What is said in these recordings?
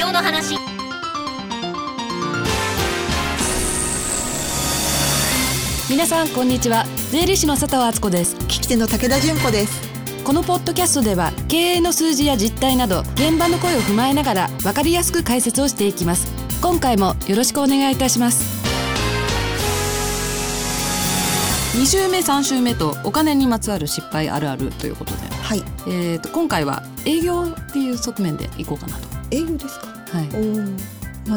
の話。 皆さんこんにちは。税理士の佐藤敦子です。 聞き手の武田純子です。 このポッドキャストでは経営の数字や実態など現場の声を踏まえながら分かりやすく解説をしていきます。今回もよろしくお願いいたします。2週目3週目とお金にまつわる失敗あるあるということで、 はい、 今回は営業っていう側面でいこうかなと。 営業ですか。 はい。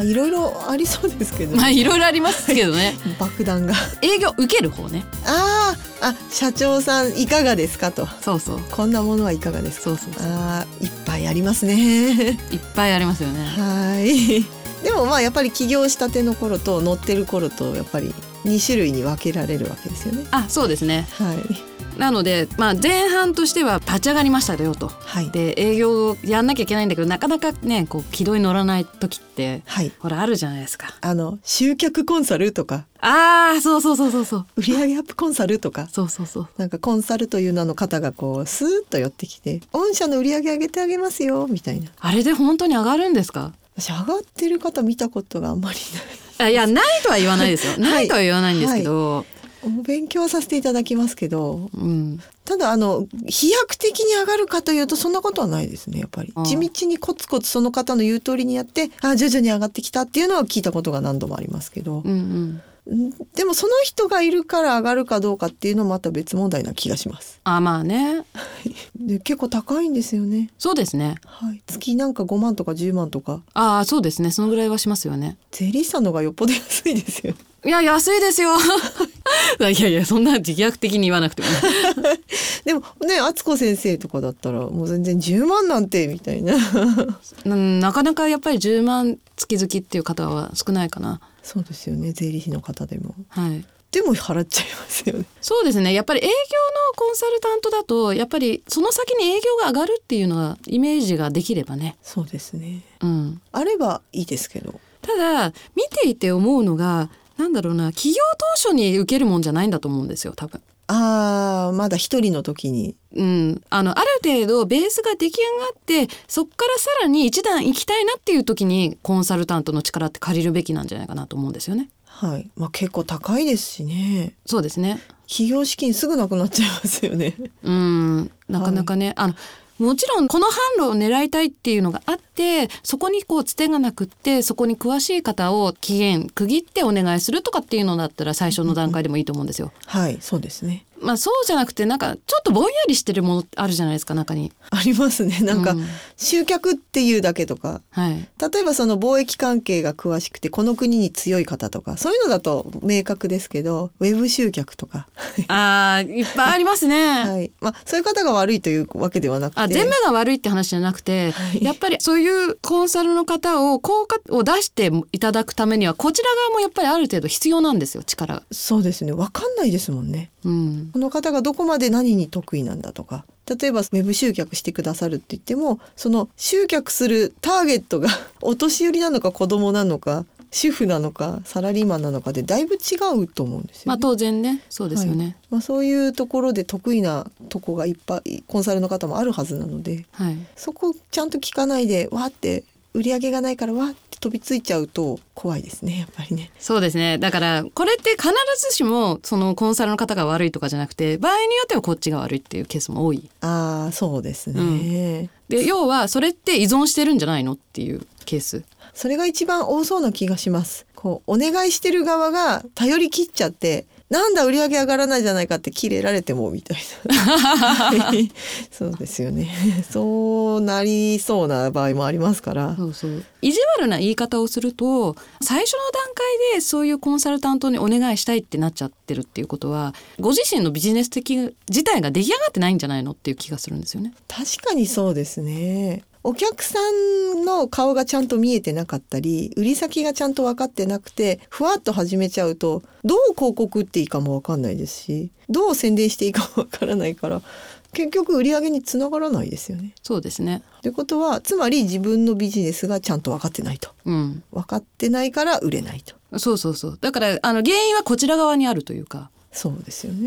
いろいろありそうですけど、 いろいろありますけどね爆弾が営業受ける方ね。 社長さんいかがですかと。 そうそう、 こんなものはいかがですか。 そういっぱいありますねいっぱいありますよね。 はいでもやっぱり起業したての頃と乗ってる頃とやっぱり2種類に分けられるわけですよね。 そうですね。 はい。 なので、前半としては立ち上がりましたよと、 はい、 で営業をやんなきゃいけないんだけどなかなかねこう軌道に乗らない時って、 はい、 ほらあるじゃないですか。 集客コンサルとか、 そう売上アップコンサルとか、なんかコンサルという名の方がこうスーッと寄ってきて、御社の売上上げてあげますよみたいな。 あれで本当に上がるんですか。 私上がってる方見たことがあんまりない。いやないとは言わないですよないとは言わないんですけど、 はいお勉強はさせていただきますけど、ただ飛躍的に上がるかというとそんなことはないですね。やっぱり地道にコツコツその方の言う通りにやって徐々に上がってきたっていうのは聞いたことが何度もありますけど、でもその人がいるから上がるかどうかっていうのもまた別問題な気がします。 ねで結構高いんですよね。そうですね、はい、月なんか5万とか10万とか。 そうですね、そのぐらいはしますよね。 税理士さんの方がよっぽど安いですよ。 いや安いですよいやそんな自虐的に言わなくてもでもね敦子先生とかだったらもう全然10万なんてみたいななかなかやっぱり10万月々っていう方は少ないかな。 そうですよね、税理士の方でも。 はい。 でも払っちゃいますよね。 そうですね、やっぱり営業のコンサルタントだとやっぱりその先に営業が上がるっていうのがイメージができればね。 そうですね、あればいいですけど、 ただ見ていて思うのが起業当初に受けるもんじゃないんだと思うんですよ多分。 まだ一人の時に、 ある程度ベースが出来上がってそっからさらに一段行きたいなっていう時にコンサルタントの力って借りるべきなんじゃないかなと思うんですよね。 はい、結構高いですしね。 そうですね、 起業資金すぐなくなっちゃいますよね。 なかなかね、もちろんこの販路を狙いたいっていうのがあってそこにつてがなくってそこに詳しい方を期限区切ってお願いするとかっていうのだったら最初の段階でもいいと思うんですよ。 はいそうですね。 そうじゃなくてちょっとぼんやりしてるものあるじゃないですか中に。 ありますね。集客っていうだけとか、例えばその貿易関係が詳しくてこの国に強い方とかそういうのだと明確ですけど、ウェブ集客とかいっぱいありますね。 はい、そういう方が悪いというわけではなくて、 全部が悪いって話じゃなくて、やっぱりそういうコンサルの方を効果を出していただくためにはこちら側もやっぱりある程度必要なんですよ、力が。 そうですね、分かんないですもんね。この方がどこまで何に得意なんだとか、例えばウェブ集客してくださるって言ってもその集客するターゲットがお年寄りなのか子供なのか主婦なのかサラリーマンなのかでだいぶ違うと思うんですよね。 当然ね、そうですよね。 そういうところで得意なとこがいっぱいコンサルの方もあるはずなので、そこちゃんと聞かないでわーって売り上げがないからわーって飛びついちゃうと怖いですね、やっぱりね。 そうですね、だからこれって必ずしもそのコンサルの方が悪いとかじゃなくて場合によってはこっちが悪いっていうケースも多い。 そうですね、 で要はそれって依存してるんじゃないのっていうケース、 それが一番多そうな気がします。お願いしてる側が頼り切っちゃってなんだ売り上げ上がらないじゃないかってキレられてもみたいなそうですよね、そうなりそうな場合もありますから。 意地悪な言い方をすると最初の段階でそういうコンサルタントにお願いしたいってなっちゃってるっていうことはご自身のビジネス的自体が出来上がってないんじゃないのっていう気がするんですよね。 確かにそうですね。お客さんの顔がちゃんと見えてなかったり売り先がちゃんと分かってなくてふわっと始めちゃうとどう広告打っていいかも分かんないですしどう宣伝していいかも分からないから結局売り上げにつながらないですよね。 そうですね。 ということはつまり自分のビジネスがちゃんと分かってないと、分かってないから売れないと。 そうだから原因はこちら側にあるというか。 そうですよね。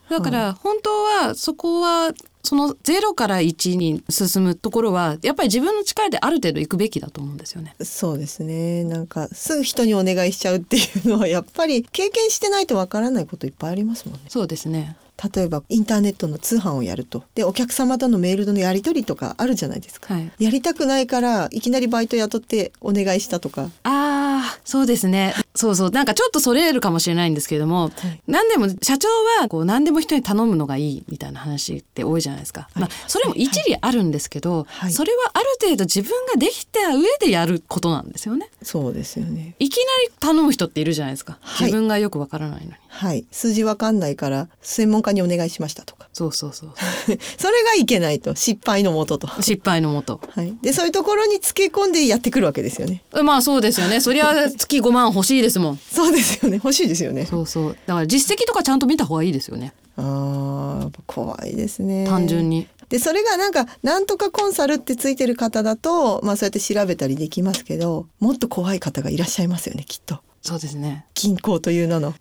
だから本当はそこはその0から1に進むところはやっぱり自分の力である程度行くべきだと思うんですよね。 そうですね。なんかすぐ人にお願いしちゃうっていうのはやっぱり経験してないとわからないこといっぱいありますもんね。 そうですね。 例えばインターネットの通販をやると、でお客様とのメールのやり取りとかあるじゃないですか、やりたくないからいきなりバイト雇ってお願いしたとか。 そうですね。そうなんかちょっとそれるかもしれないんですけれども、何でも社長はこう何でも人に頼むのがいいみたいな話って多いじゃないですか、それも一理あるんですけど、それはある程度自分ができた上でやることなんですよね。 そうですよね。 いきなり頼む人っているじゃないですか、自分がよくわからないのに。 数字わかんないから専門家にお願いしましたとか。 そうそれがいけないと、失敗のもとと。でそういうところにつけ込んでやってくるわけですよね。 そうですよね。そりゃ月5万欲しいですもん。 そうですよね。欲しいですよね。 だから実績とかちゃんと見た方がいいですよね。 やっぱ怖いですね。 単純に。 でそれがなんとかコンサルってついてる方だと、そうやって調べたりできますけど、もっと怖い方がいらっしゃいますよね、きっと。 そうですね。 銀行という名の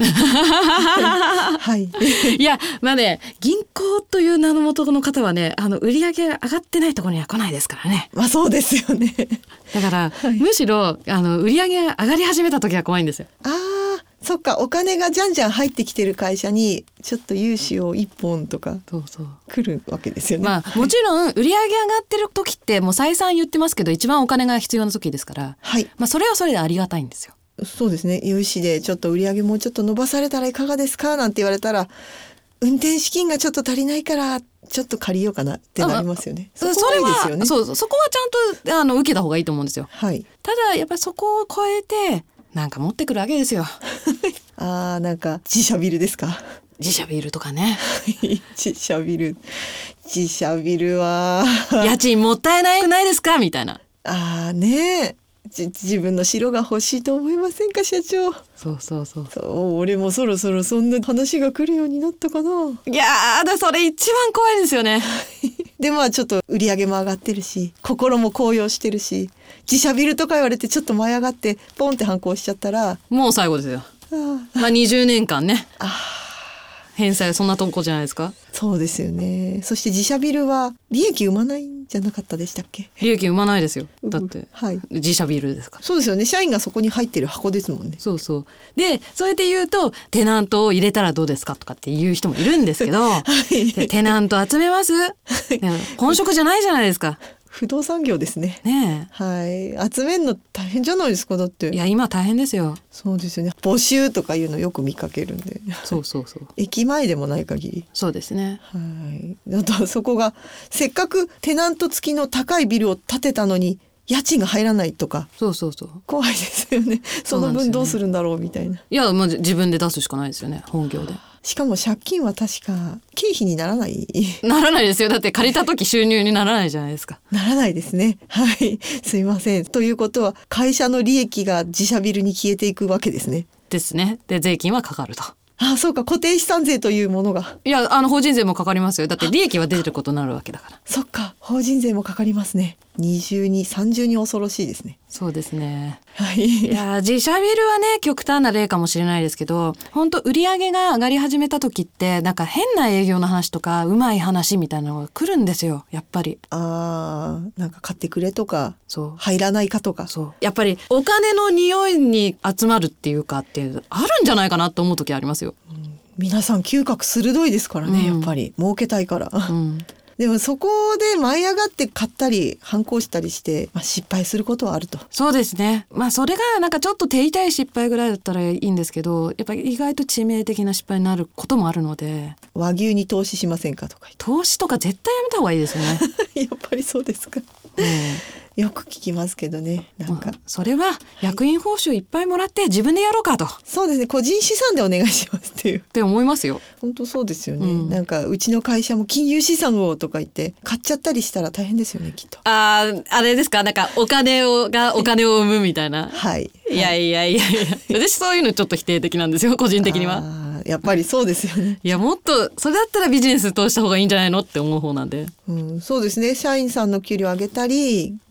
いや銀行という名の元の方はね、売り上げが上がってないところには来ないですからね。 そうですよね。 だから、むしろ売り上げが上がり始めた時は怖いんですよ。 そっか、お金がじゃんじゃん入ってきてる会社にちょっと融資を1本とか来るわけですよね。 もちろん売り上げ上がってる時ってもう再三言ってますけど、一番お金が必要な時ですから、それはそれでありがたいんですよ。 そうですね。融資でちょっと売り上げもうちょっと伸ばされたらいかがですかなんて言われたら、運転資金がちょっと足りないからちょっと借りようかなってなりますよね。そこはいいですよね。そこはちゃんと受けた方がいいと思うんですよ。ただやっぱりそこを超えてなんか持ってくるわけですよ。 なんか自社ビルですか。 自社ビルとかね。 自社ビルは家賃もったいないですかみたいな。 自分の城が欲しいと思いませんか、社長。俺もそろそろそんな話が来るようになったかな。 いやそれ一番怖いですよね。 でちょっと売り上げも上がってるし、心も高揚してるし、自社ビルとか言われてちょっと舞い上がってポンって反抗しちゃったらもう最後ですよ。20年間ね。返済はそんなとこじゃないですか。 そうですよね。そして自社ビルは利益生まないんじゃなかったでしたっけ。 利益生まないですよ。だって、自社ビルですから。 そうですよね。社員がそこに入ってる箱ですもんね。 でそれで言うとテナントを入れたらどうですかとかっていう人もいるんですけど、テナント集めます。本職じゃないじゃないですか。 不動産業ですね。集めるの大変じゃないですか。だって。 いや今大変ですよ。 そうですよね。募集とかいうのよく見かけるんで。駅前でもない限り。 そうですね。 あとそこがせっかくテナント付きの高いビルを建てたのに家賃が入らないとか。怖いですよね。その分どうするんだろうみたいな。 いや自分で出すしかないですよね、本業で。 しかも借金は確か経費にならないですよ。だって借りた時収入にならないじゃないですか。 ならないですね。すいません。ということは会社の利益が自社ビルに消えていくわけですね。 で税金はかかると。 そうか、固定資産税というものが。 いや法人税もかかりますよ。だって利益は出ることになるわけだから。 そっか、法人税もかかりますね。二重に三重に恐ろしいですね。 そうですね。いや自社ビルはね極端な例かもしれないですけど、本当売り上げが上がり始めた時ってなんか変な営業の話とかうまい話みたいなのが来るんですよ、やっぱり。 なんか買ってくれとか入らないかとか。 やっぱりお金の匂いに集まるっていうかっていうあるんじゃないかなと思う時ありますよ。 皆さん嗅覚鋭いですからね、やっぱり儲けたいから。でもそこで舞い上がって買ったり反抗したりして、失敗することはあると。 そうですね。それがなんかちょっと手痛い失敗ぐらいだったらいいんですけど、やっぱり意外と致命的な失敗になることもあるので。 和牛に投資しませんかとか。 投資とか絶対やめた方がいいですよね。 やっぱりそうですか。よく聞きますけどね。なんか、 それは役員報酬いっぱいもらって自分でやろうかと。 そうですね。個人資産でお願いしますって思いますよ。 本当そうですよね。なんかうちの会社も金融資産をとか言って買っちゃったりしたら大変ですよね、きっと。 あれですか。なんかお金を生むみたいな。いや私そういうのちょっと否定的なんですよ、個人的には。 やっぱりそうですよね。 いやもっとそれだったらビジネス通した方がいいんじゃないのって思う方なんで。 そうですね。社員さんの給料上げたり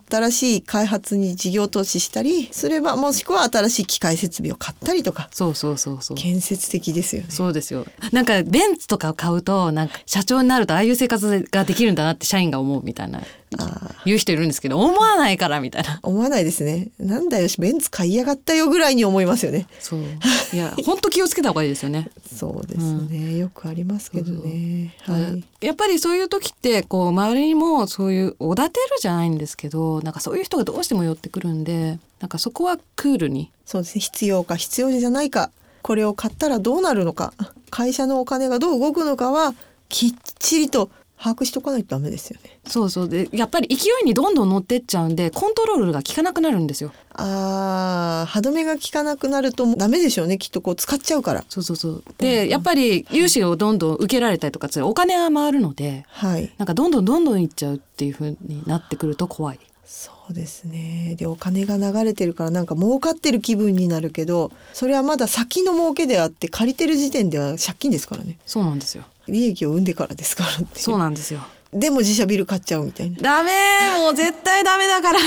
新しい開発に事業投資したりすれば、もしくは新しい機械設備を買ったりとか。 そう建設的ですよね。 そうですよ。なんかベンツとかを買うとなんか社長になるとああいう生活ができるんだなって社員が思うみたいな言う人いるんですけど、思わないからみたいな。 思わないですね。なんだよベンツ買いやがったよぐらいに思いますよね。 そういや本当気をつけた方がいいですよね。 そうですね、よくありますけどね。はい、 やっぱりそういう時ってこう周りにもそういうおだてるじゃないんですけど、なんかそういう人がどうしても寄ってくるんで、なんかそこはクールに。 そうですね、必要か必要じゃないか、これを買ったらどうなるのか、会社のお金がどう動くのかはきっちりと把握しとかないとダメですよね。 そうでやっぱり勢いにどんどん乗ってっちゃうんでコントロールが効かなくなるんですよ。 歯止めが効かなくなるとダメでしょうね、きっとこう使っちゃうから。 そうで、やっぱり融資をどんどん受けられたりとかお金が回るので、 はい、 なんかどんどんいっちゃうっていう風になってくると怖い。 そうですね。でお金が流れてるからなんか儲かってる気分になるけど、それはまだ先の儲けであって借りてる時点では借金ですからね。 そうなんですよ。 利益を生んでからですからって。 そうなんですよ。 でも自社ビル買っちゃうみたいな。 ダメ、もう絶対ダメだから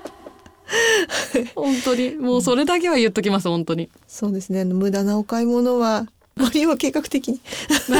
本当にもうそれだけは言っときます。本当にそうですね。無駄なお買い物はあるいは計画的に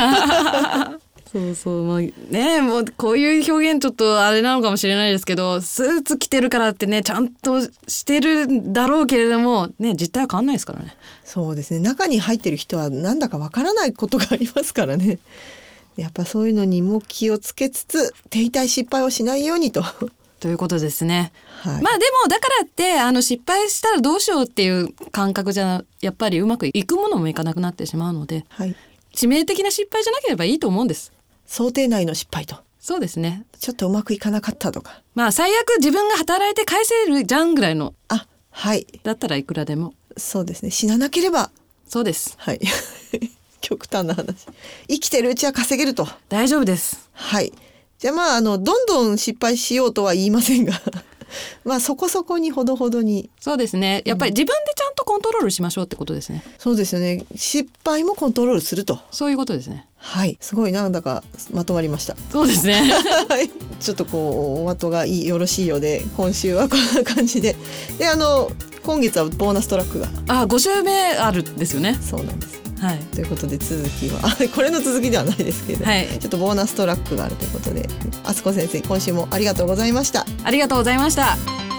そうもうね、もうこういう表現ちょっとあれなのかもしれないですけど、スーツ着てるからってねちゃんとしてるんだろうけれどもね、実態は変わんないですからね。 そうですね。中に入ってる人はなんだかわからないことがありますからね。やっぱそういうのにも気をつけつつ手痛い失敗をしないようにということですね。 はい、 まあでもだからって失敗したらどうしようっていう感覚じゃやっぱりうまくいくものもいかなくなってしまうので、 はい、 致命的な失敗じゃなければいいと思うんです。 想定内の失敗と。 そうですね。 ちょっとうまくいかなかったとか、 まあ最悪自分が働いて返せるじゃんぐらいの、 はい、 だったらいくらでも。そうですね。死ななければ。 そうです。 はい極端な話、生きてるうちは稼げると。 大丈夫です。 はい。じゃあどんどん失敗しようとは言いませんがまあそこそこにほどほどに。 そうですね。やっぱり自分でちゃんとコントロールしましょうってことですね。 そうですよね。失敗もコントロールすると。 そういうことですね。 はい。すごいなんだかまとまりました。 そうですねはい。ちょっとお後がよろしいようで、今週はこんな感じで。で今月はボーナストラックが 5週目あるんですよね。 そうなんです。 はい、 ということで続きはこれの続きではないですけど、 はい、 ちょっとボーナストラックがあるということで、あすこ先生今週もありがとうございました。 ありがとうございました。